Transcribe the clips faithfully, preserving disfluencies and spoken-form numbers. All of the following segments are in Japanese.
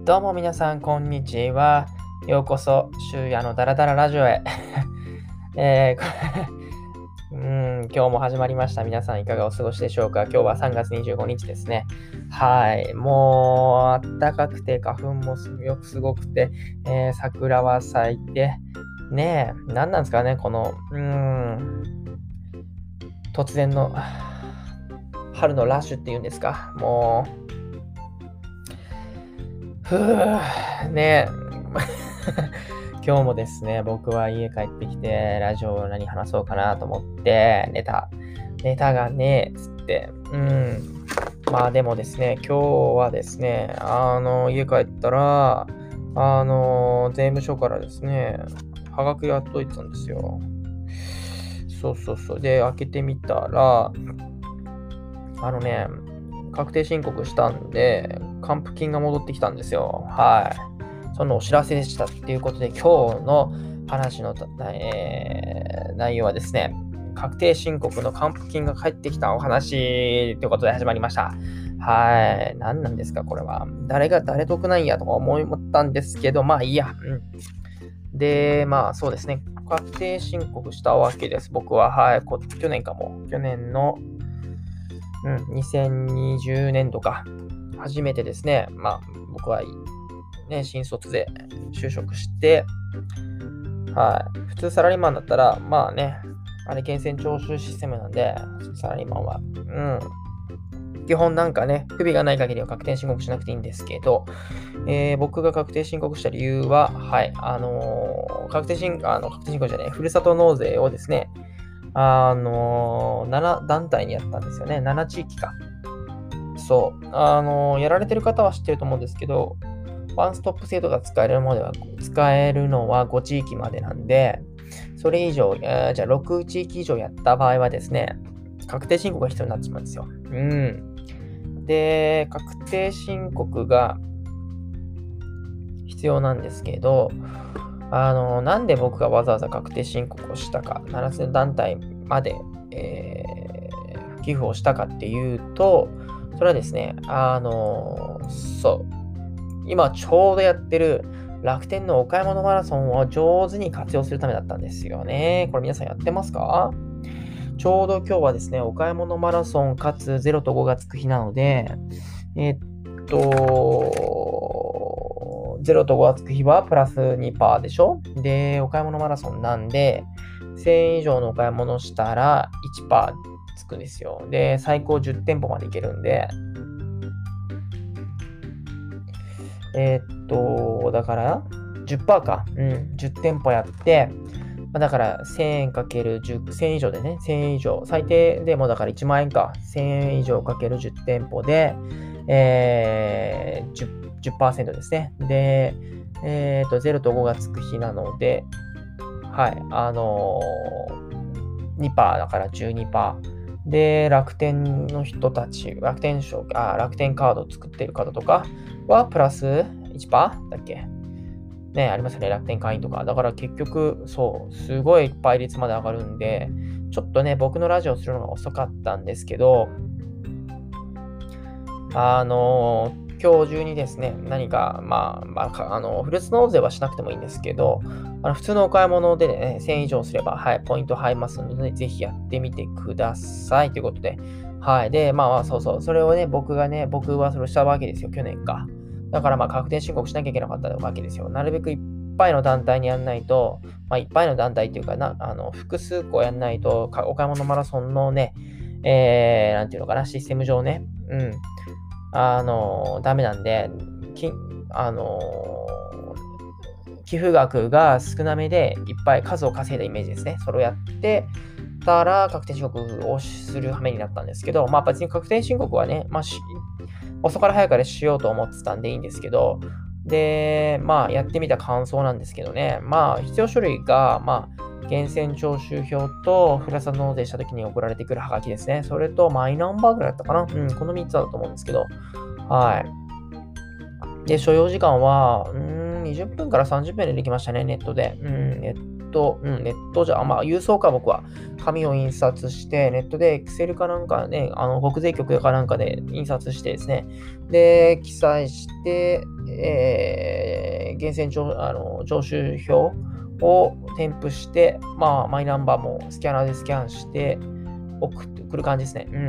どうも皆さん、こんにちは。ようこそ、終夜のダラダララジオへ。えーこうーん、今日も始まりました。皆さん、いかがお過ごしでしょうか。今日はさんがつにじゅうごにちですね。はい。もう、暖かくて、花粉もすよくすごくて、えー桜は咲いて、ねえ、何なんですかね、この、うーん、突然の春のラッシュっていうんですか。もう、ふぅ、ねえ。今日もですね、僕は家帰ってきて、ラジオを何話そうかなと思って、ネタ、ネタがねえ、つって、うん。まあでもですね、今日はですね、あの、家帰ったら、あの、税務署からですね、はがきが届いてたんですよ。そうそうそう。で、開けてみたら、あのね、確定申告したんで、還付金が戻ってきたんですよ。はい。そのお知らせでしたっていうことで、今日の話の、えー内容はですね、確定申告の還付金が返ってきたお話ということで始まりました。はい。何なんですか、これは。誰が誰得なんやとか思ったんですけど、まあいいや。うん。で、まあそうですね。確定申告したわけです。僕は、はい。こ去年かも。去年の、うん、にせんにじゅうねんどか。初めてですね。まあ僕は、ね、新卒で就職して、はい。普通サラリーマンだったら、まあね、あれ、源泉徴収システムなんで、サラリーマンは。うん。基本なんかね、不備がない限りは確定申告しなくていいんですけど、えー僕が確定申告した理由は、はい、あのー確定申あの確定申告じゃない、ふるさと納税をですね、あのーななだんたいにやったんですよね。ななちいきか。そう。あのーやられてる方は知ってると思うんですけど、ワンストップ制度が使えるものでは、使えるのはごちいきまでなんで、それ以上、えーじゃあろくちいき以上やった場合はですね、確定申告が必要になってしまうんですよ。うん。で、確定申告が必要なんですけど、あの、なんで僕がわざわざ確定申告をしたか、ななせんだんたいまで、えー寄付をしたかっていうと、それはですね、あの、そう、今ちょうどやってる楽天のお買い物マラソンを上手に活用するためだったんですよね。これ皆さんやってますか？ちょうど今日はですね、お買い物マラソンかつゼロとごがつく日なので、えっと、ゼロとごがつく日はプラス にパーセント でしょ？で、お買い物マラソンなんで、せんえん以上のお買い物したら いちパーセント つくんですよ。で、最高じゅってんぽまでいけるんで、えーっと、だから、じゅっパーセント か。うん、じゅってんぽやって、まあ、だからせんえんかけるじゅう、せんえん以上でね、せんえん以上、最低でもだからいちまんえんか。せんえん以上かけるじゅってんぽで、えー、10%, じゅっパーセントですね。で、えーっと、ゼロとごがつく日なので、はい、あのー、にパーセントだからじゅうにパーセント。で、楽天の人たち、楽天証、あ、楽天カードを作っている方とかは、プラス いちパーセント だっけね、ありますよね、楽天会員とか。だから結局、そう、すごい倍率まで上がるんで、ちょっとね、僕のラジオするのが遅かったんですけど、あのー今日中にですね、何か、まあ、まあ、かあの、フルーツ納税はしなくてもいいんですけど、あの普通のお買い物でね、せんえん以上すれば、はい、ポイント入りますので、ぜひやってみてください。ということで、はい。で、まあまあ、そうそう、それをね、僕がね、僕はそれをしたわけですよ、去年か。だからまあ、確定申告しなきゃいけなかったわけですよ。なるべくいっぱいの団体にやんないと、まあ、いっぱいの団体っていうかな、あの、複数個やんないと、かお買い物マラソンのね、えー、なんていうのかな、システム上ね、うん、あの、ダメなんで、きあの、寄付額が少なめでいっぱい数を稼いだイメージですね。それをやってたら確定申告をする羽目になったんですけど、まあ別に確定申告はね、まあし遅から早からしようと思ってたんでいいんですけど、で、まあやってみた感想なんですけどね、まあ必要書類が、まあ源泉徴収票とふるさと納税した時に送られてくるハガキですね。それとマイナンバーぐらいだったかな。うん、このみっつだと思うんですけど、はい。で、所要時間は、うーん、にじゅっぷんからさんじゅっぷんでできましたね、ネットで。うん、ネット、うん、ネットじゃ、まあ、郵送か僕は。紙を印刷して、ネットで Excel かなんかね、あの、国税局かなんかで印刷してですね、で、記載して、えー、源泉徴あの徴収票を添付して、まあ、マイナンバーもスキャナーでスキャンして送ってくる感じですね。うん。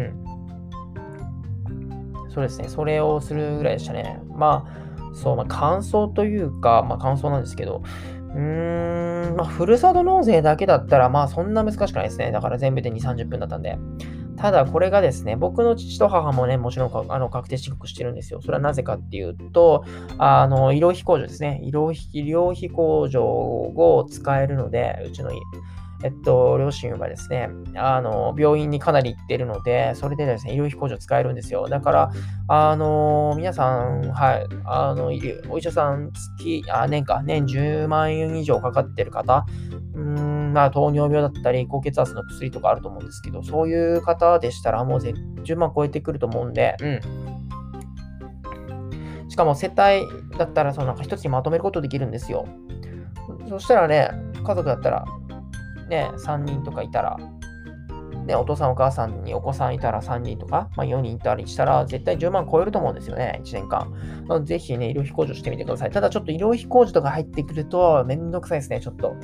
そうですね。それをするぐらいでしたね。まあ、そう、まあ、感想というか、まあ、感想なんですけど、うーん、まあ、ふるさと納税だけだったら、まあ、そんな難しくないですね。だから全部でに、さんじゅっぷんだったんで。ただ、これがですね、僕の父と母もね、もちろんかあの確定申告してるんですよ。それはなぜかっていうと、あの、医療費控除ですね。医療費、医療費控除を使えるので、うちのえっと、両親はですね、あの、病院にかなり行ってるので、それでですね、医療費控除使えるんですよ。だから、あの、皆さん、はい、あの、医療お医者さん月、あ、年か、年じゅうまんえん以上かかってる方、うーん、まあ、糖尿病だったり、高血圧の薬とかあると思うんですけど、そういう方でしたら、もうぜじゅうまん超えてくると思うんで、うん。しかも世帯だったら、そのなんか一つにまとめることできるんですよ。そしたらね、家族だったら、ね、さんにんとかいたら、ね、お父さんお母さんにお子さんいたらさんにんとか、まあ、よにんいたりしたら、絶対じゅうまん超えると思うんですよね、いちねんかん。なのでぜひね、医療費控除してみてください。ただちょっと医療費控除とか入ってくると、めんどくさいですね、ちょっと。うん。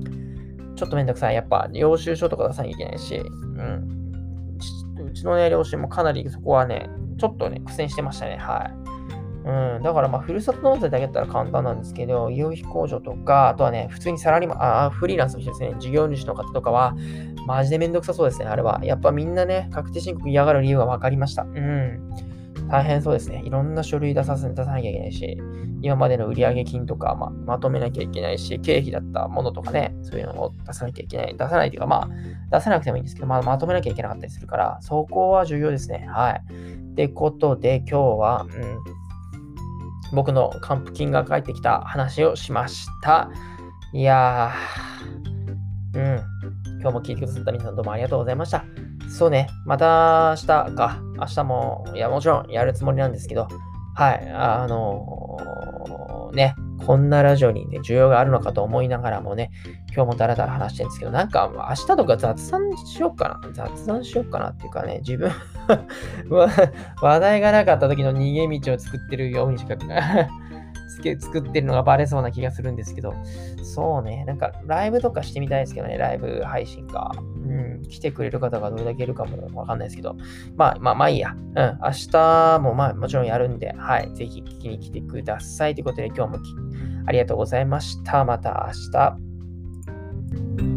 ちょっとめんどくさい。やっぱ、領収書とか出さなきゃいけないし、うん。うちのね、両親もかなりそこはね、ちょっとね、苦戦してましたね。はい。うん、だからまあ、ふるさと納税だけだったら簡単なんですけど、医療費控除とか、あとはね、普通にサラリーマン、あ、フリーランスの人ですね、事業主の方とかは、マジでめんどくさそうですね、あれは。やっぱみんなね、確定申告嫌がる理由が分かりました。うん。大変そうですね。いろんな書類出させ出さなきゃいけないし、今までの売上金とか、まあ、まとめなきゃいけないし、経費だったものとかね、そういうのを出さなきゃいけない。出さないというか、まあ、出さなくてもいいんですけど、まあ、まとめなきゃいけなかったりするから、そこは重要ですね。はい。ってことで、今日は、うん、僕の還付金が返ってきた話をしました。いやー、うん。今日も聞いてくださった皆さんどうもありがとうございました。そうね、また明日か。明日も、いや、もちろんやるつもりなんですけど、はい、あのーね、こんなラジオにね、需要があるのかと思いながらもね、今日もダラダラ話してるんですけど、なんか明日とか雑談しようかな。雑談しようかなっていうかね、自分わ話題がなかった時の逃げ道を作ってるようにしかつけ作ってるのがバレそうな気がするんですけど、そうね、なんかライブとかしてみたいですけどね、ライブ配信か。うん、来てくれる方がどれだけいるかもわかんないですけど、まあまあまあいいや。うん、明日もまあもちろんやるんで、はい、ぜひ聞きに来てくださいということで今日もありがとうございました。また明日。